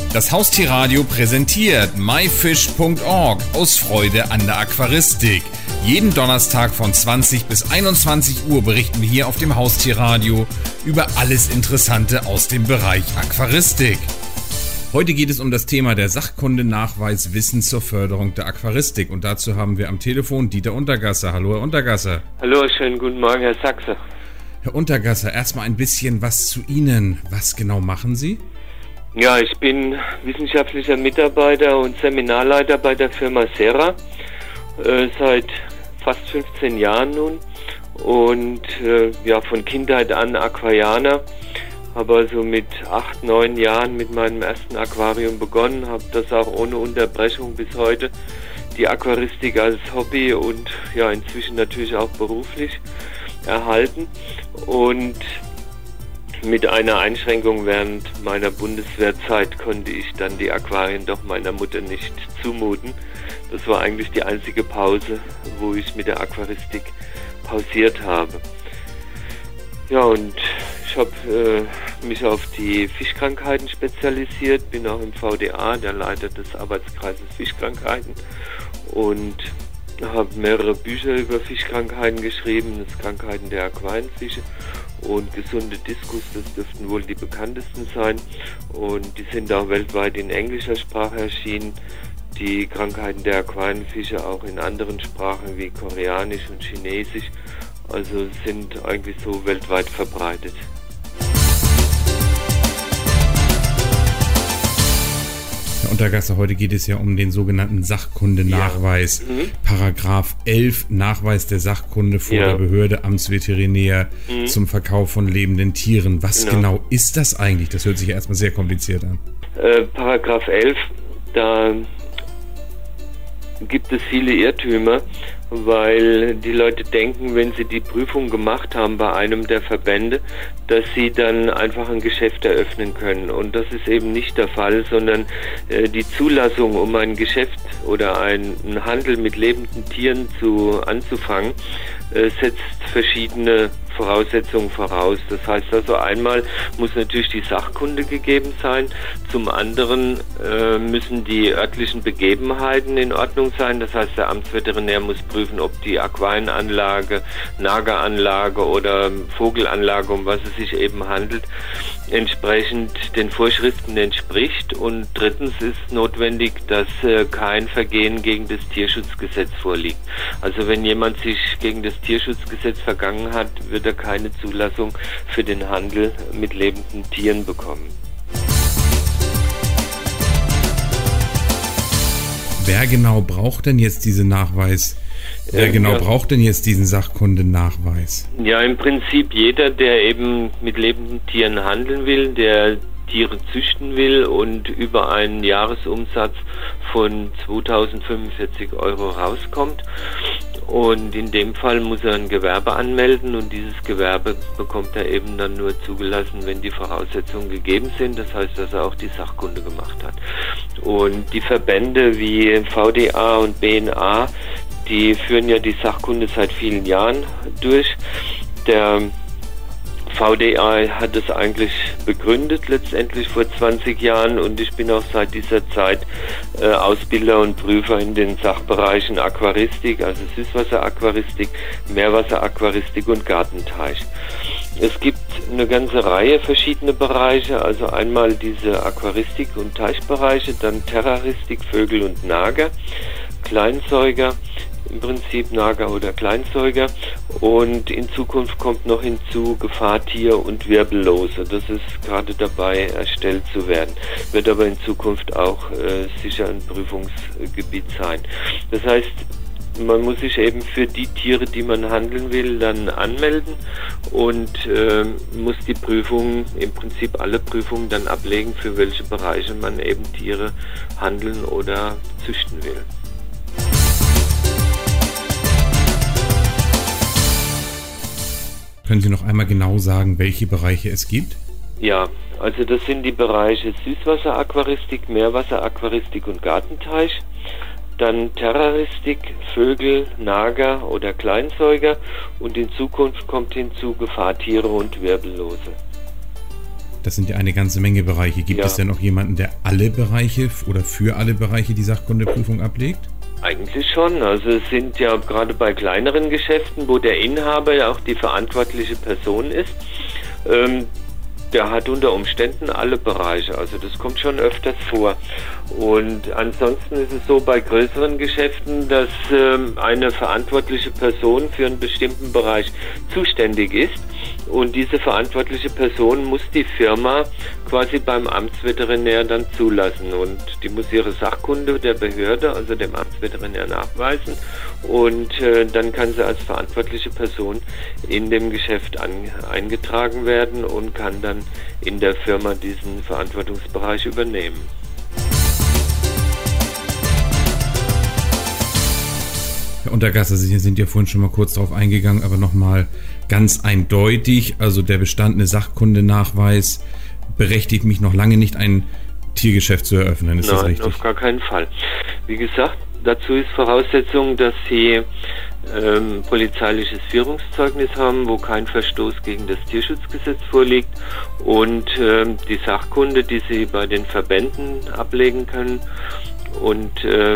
Das Haustierradio präsentiert myfish.org aus Freude an der Aquaristik. Jeden Donnerstag von 20 bis 21 Uhr berichten wir hier auf dem Haustierradio über alles Interessante aus dem Bereich Aquaristik. Heute geht es um das Thema der Sachkundenachweis Wissen zur Förderung der Aquaristik. Und dazu haben wir am Telefon Dieter Untergasser. Hallo, Herr Untergasser. Hallo, schönen guten Morgen, Herr Sachse. Herr Untergasser, erstmal ein bisschen was zu Ihnen. Was genau machen Sie? Ja, ich bin wissenschaftlicher Mitarbeiter und Seminarleiter bei der Firma Sera seit fast 15 Jahren nun und von Kindheit an Aquarianer. Habe also mit 8, 9 Jahren mit meinem ersten Aquarium begonnen, habe das auch ohne Unterbrechung bis heute, die Aquaristik als Hobby und ja inzwischen natürlich auch beruflich erhalten und mit einer Einschränkung während meiner Bundeswehrzeit konnte ich dann die Aquarien doch meiner Mutter nicht zumuten. Das war eigentlich die einzige Pause, wo ich mit der Aquaristik pausiert habe. Ja, und ich habe mich auf die Fischkrankheiten spezialisiert, bin auch im VDA, der Leiter des Arbeitskreises Fischkrankheiten und habe mehrere Bücher über Fischkrankheiten geschrieben, das Krankheiten der Aquarienfische und gesunde Diskus, das dürften wohl die bekanntesten sein und die sind auch weltweit in englischer Sprache erschienen. Die Krankheiten der Aquarienfische auch in anderen Sprachen wie Koreanisch und Chinesisch, also sind eigentlich so weltweit verbreitet. Herr Untergasser, heute geht es ja um den sogenannten Sachkundenachweis. Ja. Paragraph 11, Nachweis der Sachkunde vor der Behörde Amtsveterinär zum Verkauf von lebenden Tieren. Was genau ist das eigentlich? Das hört sich ja erstmal sehr kompliziert an. Paragraph 11, da gibt es viele Irrtümer, weil die Leute denken, wenn sie die Prüfung gemacht haben bei einem der Verbände, dass sie dann einfach ein Geschäft eröffnen können. Und das ist eben nicht der Fall, sondern die Zulassung, um ein Geschäft oder einen Handel mit lebenden Tieren anzufangen, setzt verschiedene Voraussetzungen voraus. Das heißt also, einmal muss natürlich die Sachkunde gegeben sein, zum anderen müssen die örtlichen Begebenheiten in Ordnung sein. Das heißt, der Amtsveterinär muss prüfen, ob die Aquarienanlage, Nageranlage oder Vogelanlage, um was es sich eben handelt, entsprechend den Vorschriften entspricht. Und drittens ist notwendig, dass kein Vergehen gegen das Tierschutzgesetz vorliegt. Also wenn jemand sich gegen das Tierschutzgesetz vergangen hat, wird er keine Zulassung für den Handel mit lebenden Tieren bekommen. Wer genau braucht denn jetzt diesen Nachweis? Wer genau braucht denn jetzt diesen Sachkundenachweis? Ja, im Prinzip jeder, der eben mit lebenden Tieren handeln will, der Tiere züchten will und über einen Jahresumsatz von 2.045 € rauskommt. Und in dem Fall muss er ein Gewerbe anmelden und dieses Gewerbe bekommt er eben dann nur zugelassen, wenn die Voraussetzungen gegeben sind. Das heißt, dass er auch die Sachkunde gemacht hat. Und die Verbände wie VDA und BNA, die führen ja die Sachkunde seit vielen Jahren durch. Der VDA hat es eigentlich begründet, letztendlich vor 20 Jahren und ich bin auch seit dieser Zeit Ausbilder und Prüfer in den Sachbereichen Aquaristik, also Süßwasseraquaristik, Meerwasseraquaristik und Gartenteich. Es gibt eine ganze Reihe verschiedener Bereiche, also einmal diese Aquaristik- und Teichbereiche, dann Terraristik, Vögel und Nager, Kleinsäuger, im Prinzip Nager oder Kleinsäuger und in Zukunft kommt noch hinzu Gefahrtier und Wirbellose. Das ist gerade dabei erstellt zu werden, wird aber in Zukunft auch sicher ein Prüfungsgebiet sein. Das heißt, man muss sich eben für die Tiere, die man handeln will, dann anmelden und muss die Prüfungen, im Prinzip alle Prüfungen dann ablegen, für welche Bereiche man eben Tiere handeln oder züchten will. Können Sie noch einmal genau sagen, welche Bereiche es gibt? Ja, also das sind die Bereiche Süßwasseraquaristik, Meerwasseraquaristik und Gartenteich. Dann Terraristik, Vögel, Nager oder Kleinsäuger und in Zukunft kommt hinzu Gefahrtiere und Wirbellose. Das sind ja eine ganze Menge Bereiche. Gibt es denn auch jemanden, der alle Bereiche oder für alle Bereiche die Sachkundeprüfung ablegt? Eigentlich schon. Also es sind ja gerade bei kleineren Geschäften, wo der Inhaber ja auch die verantwortliche Person ist, der hat unter Umständen alle Bereiche. Also das kommt schon öfters vor. Und ansonsten ist es so bei größeren Geschäften, dass eine verantwortliche Person für einen bestimmten Bereich zuständig ist. Und diese verantwortliche Person muss die Firma quasi beim Amtsveterinär dann zulassen. Und die muss ihre Sachkunde der Behörde, also dem Amtsveterinär, nachweisen. Und dann kann sie als verantwortliche Person in dem Geschäft eingetragen werden und kann dann in der Firma diesen Verantwortungsbereich übernehmen. Herr Untergasser, Sie sind ja vorhin schon mal kurz darauf eingegangen, aber nochmal ganz eindeutig, also der bestandene Sachkundenachweis berechtigt mich noch lange nicht, ein Tiergeschäft zu eröffnen. Ist das richtig? Nein, auf gar keinen Fall. Wie gesagt, dazu ist Voraussetzung, dass Sie polizeiliches Führungszeugnis haben, wo kein Verstoß gegen das Tierschutzgesetz vorliegt, und die Sachkunde, die Sie bei den Verbänden ablegen können, und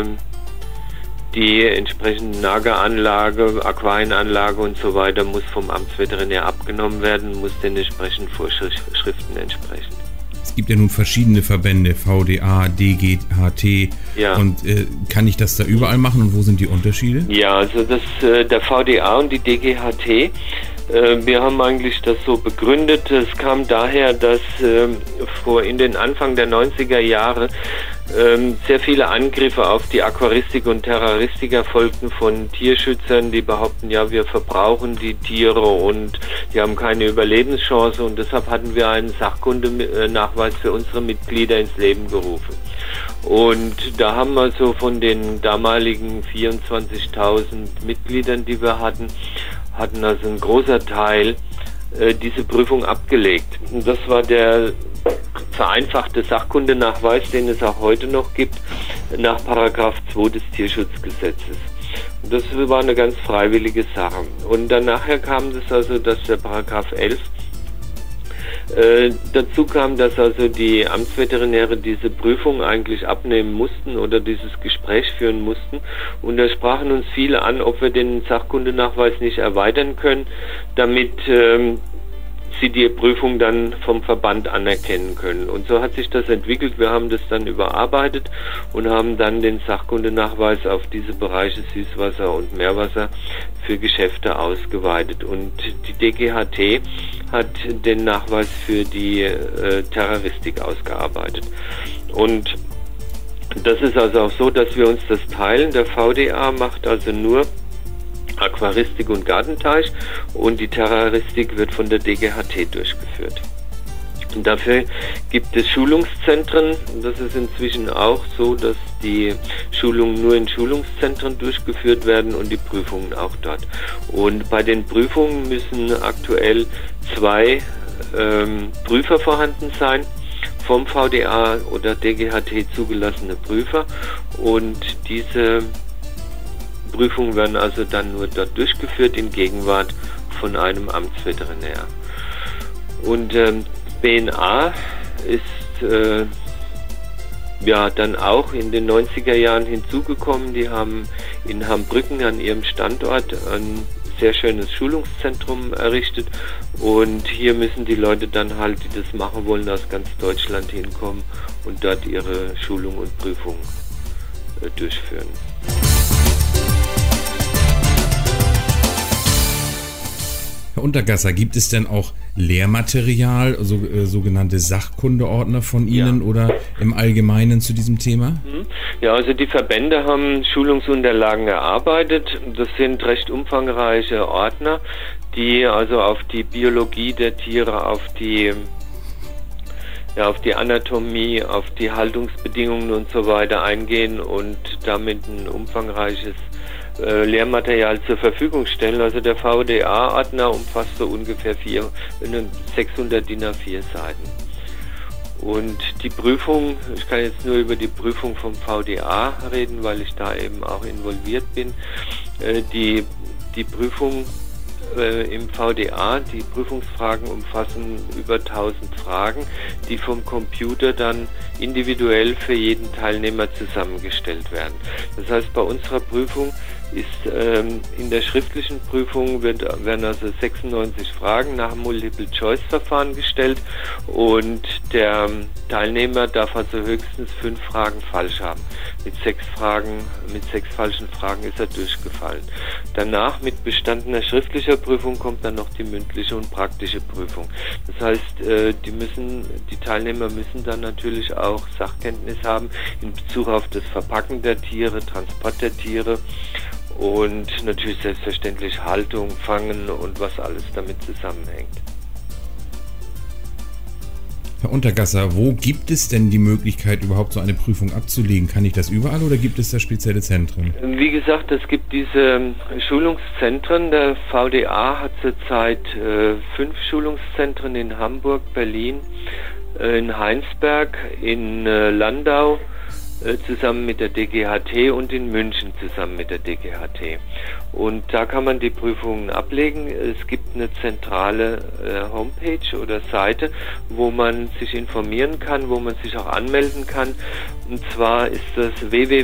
die entsprechende Nageranlage, Aquarienanlage und so weiter muss vom Amtsveterinär abgenommen werden, muss den entsprechenden Vorschriften entsprechen. Es gibt ja nun verschiedene Verbände, VDA, DGHT, und kann ich das da überall machen und wo sind die Unterschiede? Ja, also der VDA und die DGHT, wir haben eigentlich das so begründet. Es kam daher, dass in den Anfang der 90er Jahre sehr viele Angriffe auf die Aquaristik und Terroristik erfolgten von Tierschützern, die behaupten, ja, wir verbrauchen die Tiere und die haben keine Überlebenschance, und deshalb hatten wir einen Sachkundenachweis für unsere Mitglieder ins Leben gerufen. Und da haben wir so von den damaligen 24.000 Mitgliedern, die wir hatten also ein großer Teil diese Prüfung abgelegt. Und das war der vereinfachte Sachkundenachweis, den es auch heute noch gibt, nach Paragraph 2 des Tierschutzgesetzes. Und das war eine ganz freiwillige Sache. Und dann nachher kam das also, dass der Paragraph 11 dazu kam, dass also die Amtsveterinäre diese Prüfung eigentlich abnehmen mussten oder dieses Gespräch führen mussten. Und da sprachen uns viele an, ob wir den Sachkundenachweis nicht erweitern können, damit sie die Prüfung dann vom Verband anerkennen können. Und so hat sich das entwickelt. Wir haben das dann überarbeitet und haben dann den Sachkundenachweis auf diese Bereiche Süßwasser und Meerwasser für Geschäfte ausgeweitet. Und die DGHT hat den Nachweis für die Terroristik ausgearbeitet. Und das ist also auch so, dass wir uns das teilen. Der VDA macht also nur Aquaristik und Gartenteich und die Terroristik wird von der DGHT durchgeführt. Und dafür gibt es Schulungszentren. Das ist inzwischen auch so, dass die Schulungen nur in Schulungszentren durchgeführt werden und die Prüfungen auch dort. Und bei den Prüfungen müssen aktuell 2 Prüfer vorhanden sein, vom VDA oder DGHT zugelassene Prüfer, und diese Prüfungen werden also dann nur dort durchgeführt in Gegenwart von einem Amtsveterinär. Und BNA ist dann auch in den 90er Jahren hinzugekommen. Die haben in Hambrücken an ihrem Standort ein sehr schönes Schulungszentrum errichtet, und hier müssen die Leute dann halt, die das machen wollen, aus ganz Deutschland hinkommen und dort ihre Schulung und Prüfung durchführen. Herr Untergasser, gibt es denn auch Lehrmaterial, also sogenannte Sachkundeordner von Ihnen oder im Allgemeinen zu diesem Thema? Ja, also die Verbände haben Schulungsunterlagen erarbeitet. Das sind recht umfangreiche Ordner, die also auf die Biologie der Tiere, auf die Anatomie, auf die Haltungsbedingungen und so weiter eingehen und damit ein umfangreiches Lehrmaterial zur Verfügung stellen. Also der VDA-Ordner umfasst so ungefähr 600 DIN A4 Seiten. Und die Prüfung, ich kann jetzt nur über die Prüfung vom VDA reden, weil ich da eben auch involviert bin. Die Prüfung im VDA. Die Prüfungsfragen umfassen über 1000 Fragen, die vom Computer dann individuell für jeden Teilnehmer zusammengestellt werden. Das heißt, bei unserer Prüfung ist in der schriftlichen Prüfung werden also 96 Fragen nach dem Multiple-Choice-Verfahren gestellt und der Teilnehmer darf also höchstens 5 Fragen falsch haben. Mit 6 falschen Fragen ist er durchgefallen. Danach mit bestandener schriftlicher Prüfung kommt dann noch die mündliche und praktische Prüfung. Das heißt, die Teilnehmer müssen dann natürlich auch Sachkenntnis haben in Bezug auf das Verpacken der Tiere, Transport der Tiere und natürlich selbstverständlich Haltung, Fangen und was alles damit zusammenhängt. Herr Untergasser, wo gibt es denn die Möglichkeit, überhaupt so eine Prüfung abzulegen? Kann ich das überall oder gibt es da spezielle Zentren? Wie gesagt, es gibt diese Schulungszentren. Der VDA hat zurzeit 5 Schulungszentren in Hamburg, Berlin, in Heinsberg, in Landau, zusammen mit der DGHT und in München zusammen mit der DGHT. Und da kann man die Prüfungen ablegen. Es gibt eine zentrale Homepage oder Seite, wo man sich informieren kann, wo man sich auch anmelden kann. Und zwar ist das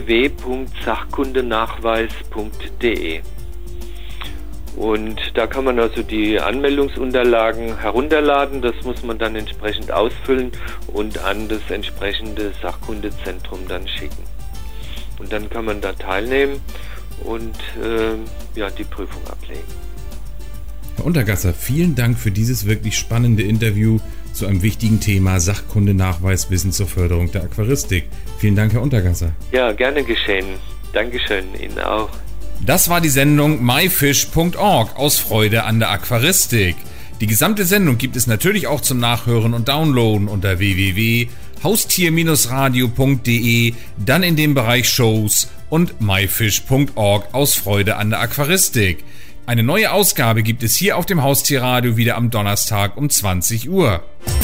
www.sachkundenachweis.de. Und da kann man also die Anmeldungsunterlagen herunterladen, das muss man dann entsprechend ausfüllen und an das entsprechende Sachkundezentrum dann schicken. Und dann kann man da teilnehmen und die Prüfung ablegen. Herr Untergasser, vielen Dank für dieses wirklich spannende Interview zu einem wichtigen Thema Sachkundenachweis Wissen zur Förderung der Aquaristik. Vielen Dank, Herr Untergasser. Ja, gerne geschehen. Dankeschön, Ihnen auch. Das war die Sendung myfish.org aus Freude an der Aquaristik. Die gesamte Sendung gibt es natürlich auch zum Nachhören und Downloaden unter www.haustier-radio.de, dann in dem Bereich Shows und myfish.org aus Freude an der Aquaristik. Eine neue Ausgabe gibt es hier auf dem Haustierradio wieder am Donnerstag um 20 Uhr.